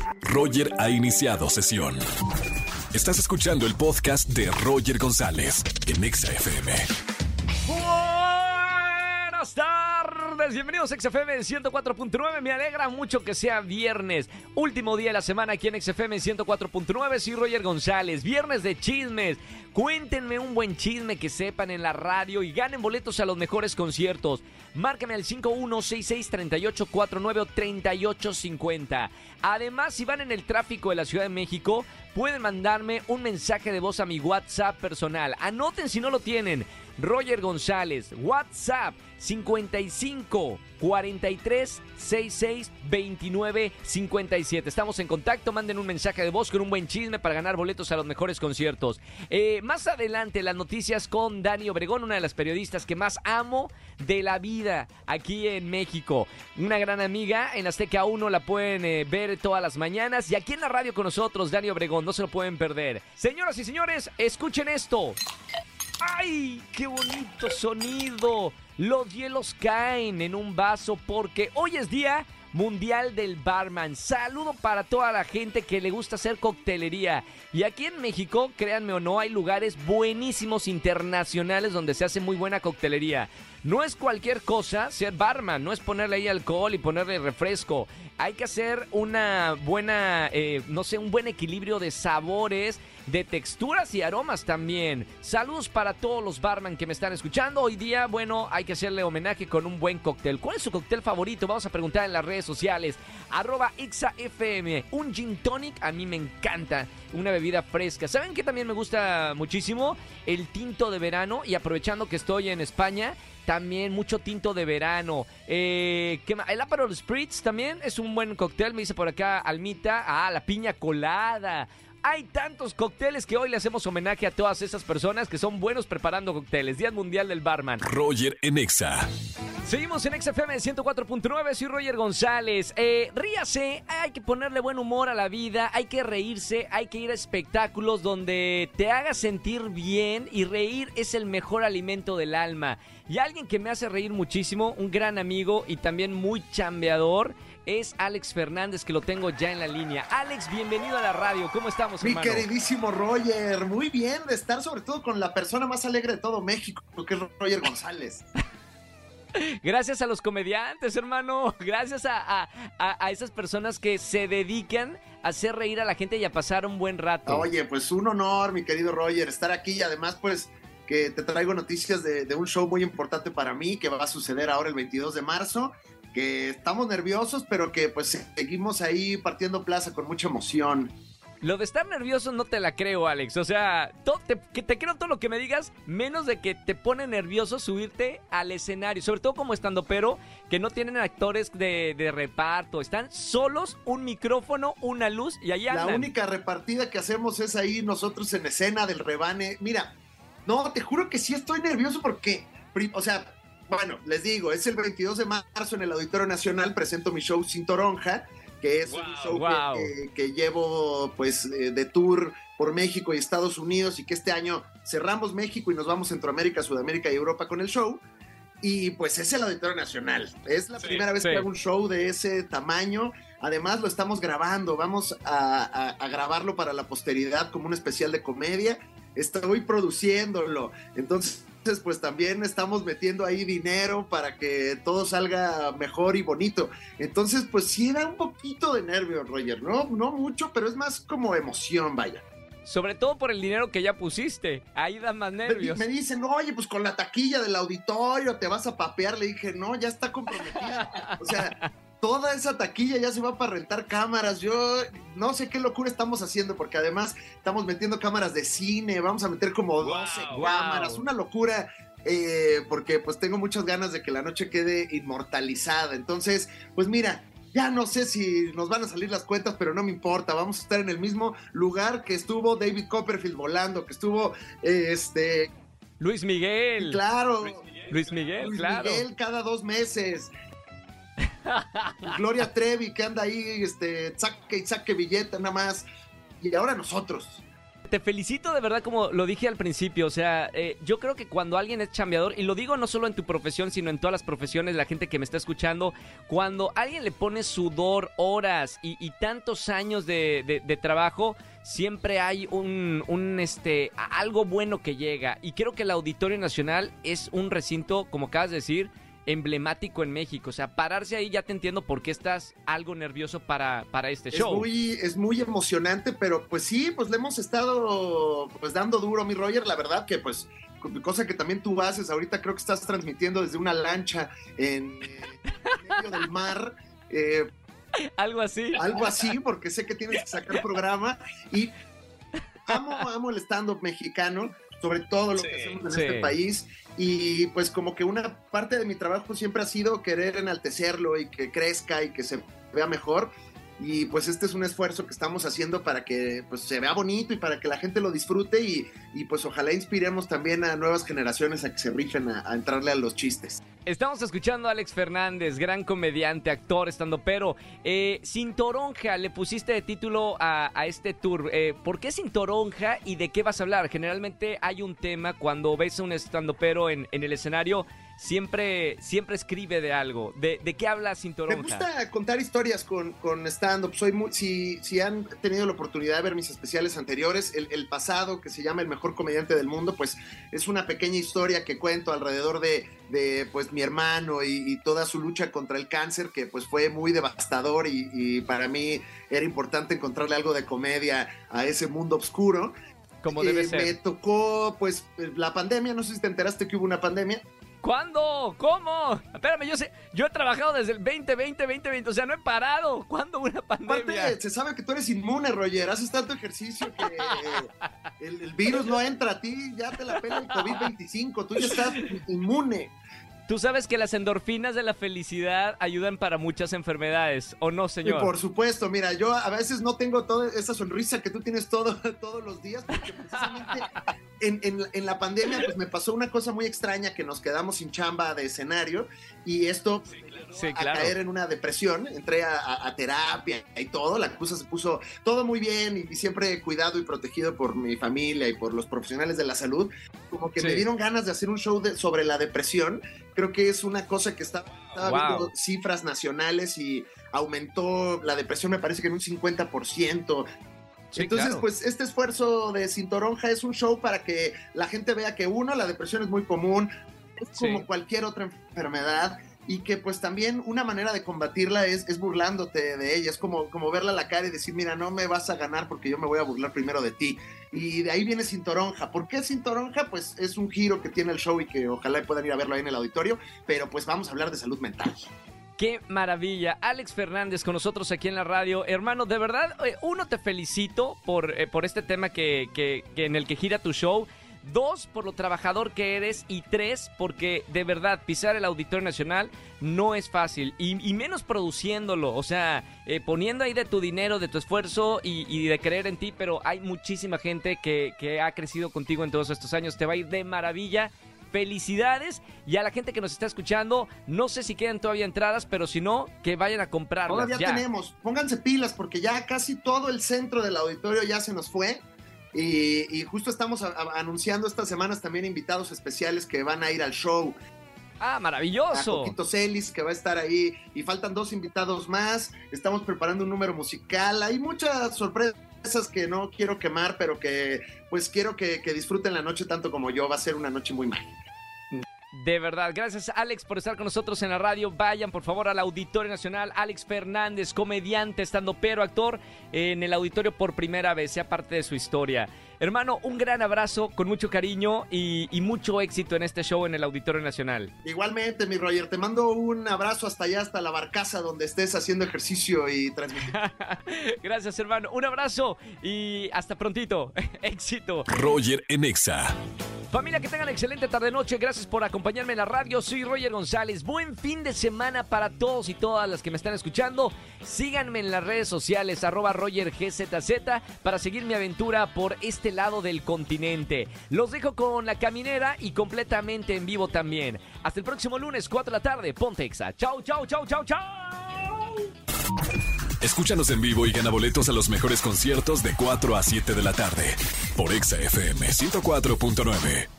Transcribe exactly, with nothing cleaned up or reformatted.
Roger ha iniciado sesión. Estás escuchando el podcast de Roger González en Exa F M. Buenas tardes, bienvenidos a Exa F M ciento cuatro punto nueve. Me alegra mucho que sea viernes, último día de la semana aquí en Exa F M ciento cuatro punto nueve. Soy Roger González, viernes de chismes. Cuéntenme un buen chisme que sepan en la radio y ganen boletos a los mejores conciertos. Márcame al cinco uno seis seis, tres ocho cuatro nueve o tres ocho cinco cero. Además, si van en el tráfico de la Ciudad de México, pueden mandarme un mensaje de voz a mi WhatsApp personal. Anoten si no lo tienen. Roger González, WhatsApp cincuenta y cinco, cuarenta y tres, sesenta y seis, veintinueve, cincuenta y siete. Estamos en contacto, manden un mensaje de voz con un buen chisme para ganar boletos a los mejores conciertos. Eh, más adelante las noticias con Dani Obregón, una de las periodistas que más amo de la vida aquí en México. Una gran amiga, en Azteca uno la pueden eh, ver todas las mañanas y aquí en la radio con nosotros, Dani Obregón, no se lo pueden perder. Señoras y señores, escuchen esto. ¡Ay, qué bonito sonido! Los hielos caen en un vaso porque hoy es Día Mundial del Barman. Saludo para toda la gente que le gusta hacer coctelería. Y aquí en México, créanme o no, hay lugares buenísimos internacionales donde se hace muy buena coctelería. No es cualquier cosa ser barman, no es ponerle ahí alcohol y ponerle refresco. Hay que hacer una buena, eh, no sé, un buen equilibrio de sabores, de texturas y aromas también. Saludos para todos los barman que me están escuchando. Hoy día, bueno, hay que hacerle homenaje con un buen cóctel. ¿Cuál es su cóctel favorito? Vamos a preguntar en las redes sociales. Arroba Exa F M. Un gin tonic a mí me encanta. Una bebida fresca. ¿Saben qué también me gusta muchísimo? El tinto de verano. Y aprovechando que estoy en España, también mucho tinto de verano. Eh, ¿qué más? El Aperol Spritz también es un buen cóctel. Me dice por acá Almita. Ah, la piña colada. Hay tantos cócteles que hoy le hacemos homenaje a todas esas personas que son buenos preparando cócteles. Día Mundial del Barman. Roger en Exa. Seguimos en Exa F M ciento cuatro punto nueve, soy Roger González. Eh, ríase, hay que ponerle buen humor a la vida, hay que reírse, hay que ir a espectáculos donde te haga sentir bien y reír es el mejor alimento del alma. Y alguien que me hace reír muchísimo, un gran amigo y también muy chambeador, es Alex Fernández, que lo tengo ya en la línea. Alex, bienvenido a la radio. ¿Cómo estamos, Mi hermano? queridísimo Roger, muy bien de estar sobre todo con la persona más alegre de todo México, que es Roger González. Gracias a los comediantes, hermano. Gracias a, a, a, a esas personas que se dedican a hacer reír a la gente y a pasar un buen rato. Oye, pues un honor, mi querido Roger, estar aquí y además, pues, que te traigo noticias de, de un show muy importante para mí que va a suceder ahora el veintidós de marzo. Que estamos nerviosos, pero que pues seguimos ahí partiendo plaza con mucha emoción. Lo de estar nervioso no te la creo, Alex. O sea, to, te, que te creo todo lo que me digas, menos de que te pone nervioso subirte al escenario. Sobre todo como estandopero, que no tienen actores de, de reparto. Están solos, un micrófono, una luz y ahí andan. La única repartida que hacemos es ahí nosotros en escena del rebane. Mira, no, te juro que sí estoy nervioso porque, o sea... Bueno, les digo, es el veintidós de marzo en el Auditorio Nacional, presento mi show Sin Toronja, que es wow, un show wow. que, que, que llevo pues eh, de tour por México y Estados Unidos y que este año cerramos México y nos vamos a Centroamérica, Sudamérica y Europa con el show. Y pues es el Auditorio Nacional, es la sí, primera vez sí. que hago un show de ese tamaño. Además lo estamos grabando, vamos a, a, a grabarlo para la posteridad como un especial de comedia. Estoy produciéndolo, entonces pues también estamos metiendo ahí dinero para que todo salga mejor y bonito. Entonces pues sí da un poquito de nervio, Roger, no, no mucho, pero es más como emoción, vaya. Sobre todo por el dinero que ya pusiste, ahí da más nervios. Me, me dicen, oye, pues con la taquilla del auditorio te vas a papear. Le dije, no, ya está comprometida. O sea, toda esa taquilla ya se va para rentar cámaras. Yo no sé qué locura estamos haciendo, porque además estamos metiendo cámaras de cine, vamos a meter como doce wow, cámaras, wow. Una locura, eh, porque pues tengo muchas ganas de que la noche quede inmortalizada. Entonces, pues mira, ya no sé si nos van a salir las cuentas, pero no me importa, vamos a estar en el mismo lugar que estuvo David Copperfield volando, que estuvo eh, este... Luis Miguel. Claro. Luis Miguel, Luis Miguel, Luis claro. Miguel cada dos meses. Gloria Trevi que anda ahí, este, saque y saque billete nada más. Y ahora nosotros. te felicito de verdad, como lo dije al principio. O sea, eh, yo creo que cuando alguien es chambeador, y lo digo no solo en tu profesión, sino en todas las profesiones, la gente que me está escuchando, cuando alguien le pone sudor, horas y, y tantos años de, de, de trabajo, siempre hay un, un este algo bueno que llega. Y creo que el Auditorio Nacional es un recinto, como acabas de decir, emblemático en México. O sea, pararse ahí, ya te entiendo por qué estás algo nervioso para, para este show. Es muy, es muy emocionante, pero pues sí, pues le hemos estado pues dando duro, mi Roger. La verdad que pues, cosa que también tú haces, ahorita creo que estás transmitiendo desde una lancha en, eh, en medio del mar. Eh, algo así. Algo así, porque sé que tienes que sacar programa. Y amo, amo el stand-up mexicano, sobre todo lo sí, que hacemos en sí. este país. Y pues como que una parte de mi trabajo siempre ha sido querer enaltecerlo y que crezca y que se vea mejor. Y pues este es un esfuerzo que estamos haciendo para que pues se vea bonito y para que la gente lo disfrute y, y pues ojalá inspiremos también a nuevas generaciones a que se rifen a, a entrarle a los chistes. Estamos escuchando a Alex Fernández, gran comediante, actor, estandopero. Eh, Sin Toronja, le pusiste de título a, a este tour. Eh, ¿Por qué Sin Toronja y de qué vas a hablar? Generalmente hay un tema cuando ves a un estandopero en, en el escenario. Siempre, siempre escribe de algo. ¿De, de qué habla Sin Toronja? Me gusta contar historias con, con stand-up. Soy muy, si, si han tenido la oportunidad de ver mis especiales anteriores, el, el pasado, que se llama El Mejor Comediante del Mundo, pues es una pequeña historia que cuento alrededor de, de pues, mi hermano y, y toda su lucha contra el cáncer, que pues fue muy devastador y, y para mí era importante encontrarle algo de comedia a ese mundo oscuro. Como debe eh, ser. Me tocó pues la pandemia, no sé si te enteraste que hubo una pandemia. ¿Cuándo? ¿Cómo? Espérame, yo sé, yo he trabajado desde el veinte veinte, veinte veinte, o sea, no he parado. ¿Cuándo una pandemia? Aparte, se sabe que tú eres inmune, Roger, haces tanto ejercicio que el, el virus no entra a ti, ya te la pela el COVID veinticinco, tú ya estás inmune. Tú sabes que las endorfinas de la felicidad ayudan para muchas enfermedades, ¿o no, señor? Sí, por supuesto, mira, yo a veces no tengo toda esa sonrisa que tú tienes todo, todos los días, porque precisamente en, en, en la pandemia pues me pasó una cosa muy extraña, que nos quedamos sin chamba de escenario, y esto sí, claro. Sí, claro. a caer en una depresión. Entré a, a, a terapia y todo, la cosa se puso todo muy bien, y, y siempre cuidado y protegido por mi familia y por los profesionales de la salud, como que sí. me dieron ganas de hacer un show de, sobre la depresión. Creo que es una cosa que está, estaba wow. viendo cifras nacionales y aumentó la depresión, me parece que en un cincuenta por ciento. Sí, Entonces, claro. pues este esfuerzo de Sin Toronja es un show para que la gente vea que, uno, la depresión es muy común, es como sí. cualquier otra enfermedad, y que pues también una manera de combatirla es, es burlándote de ella. Es como, como verla a la cara y decir, mira, no me vas a ganar porque yo me voy a burlar primero de ti. Y de ahí viene Sin Toronja. ¿Por qué Sin Toronja? Pues es un giro que tiene el show y que ojalá puedan ir a verlo ahí en el auditorio, pero pues vamos a hablar de salud mental. ¡Qué maravilla! Alex Fernández con nosotros aquí en la radio. Hermano, de verdad, uno, te felicito por, eh, por este tema que, que, que en el que gira tu show. Dos, por lo trabajador que eres. Y tres, porque de verdad pisar el Auditorio Nacional no es fácil. Y, y menos produciéndolo. O sea, eh, poniendo ahí de tu dinero, de tu esfuerzo y, y de creer en ti. Pero hay muchísima gente que, que ha crecido contigo en todos estos años. Te va a ir de maravilla. Felicidades. Y a la gente que nos está escuchando, no sé si quedan todavía entradas, pero si no, que vayan a comprarlas. Todavía ya tenemos. Pónganse pilas porque ya casi todo el centro del auditorio ya se nos fue. Y, y justo estamos a, a, anunciando estas semanas también invitados especiales que van a ir al show. ¡Ah, maravilloso! A Coquito Celis, que va a estar ahí, y faltan dos invitados más. Estamos preparando un número musical. Hay muchas sorpresas que no quiero quemar, pero que pues quiero que, que disfruten la noche tanto como yo. Va a ser una noche muy mágica. De verdad, gracias Alex por estar con nosotros en la radio. Vayan por favor al Auditorio Nacional. Alex Fernández, comediante, estandopero, actor, en el auditorio por primera vez, sea parte de su historia. Hermano, un gran abrazo, con mucho cariño y, y mucho éxito en este show en el Auditorio Nacional. Igualmente, mi Roger, te mando un abrazo hasta allá, hasta la barcaza donde estés haciendo ejercicio y transmitiendo. Gracias, hermano, un abrazo y hasta prontito. Éxito. Roger en Exa. Familia, que tengan excelente tarde-noche. Gracias por acompañarme en la radio. Soy Roger González. Buen fin de semana para todos y todas las que me están escuchando. Síganme en las redes sociales, arroba RogerGZZ, para seguir mi aventura por este lado del continente. Los dejo con La Caminera y completamente en vivo también. Hasta el próximo lunes, cuatro de la tarde. Ponte Exa. Chau, chau, chau, chau, chau. Escúchanos en vivo y gana boletos a los mejores conciertos de cuatro a siete de la tarde por Exa F M ciento cuatro punto nueve.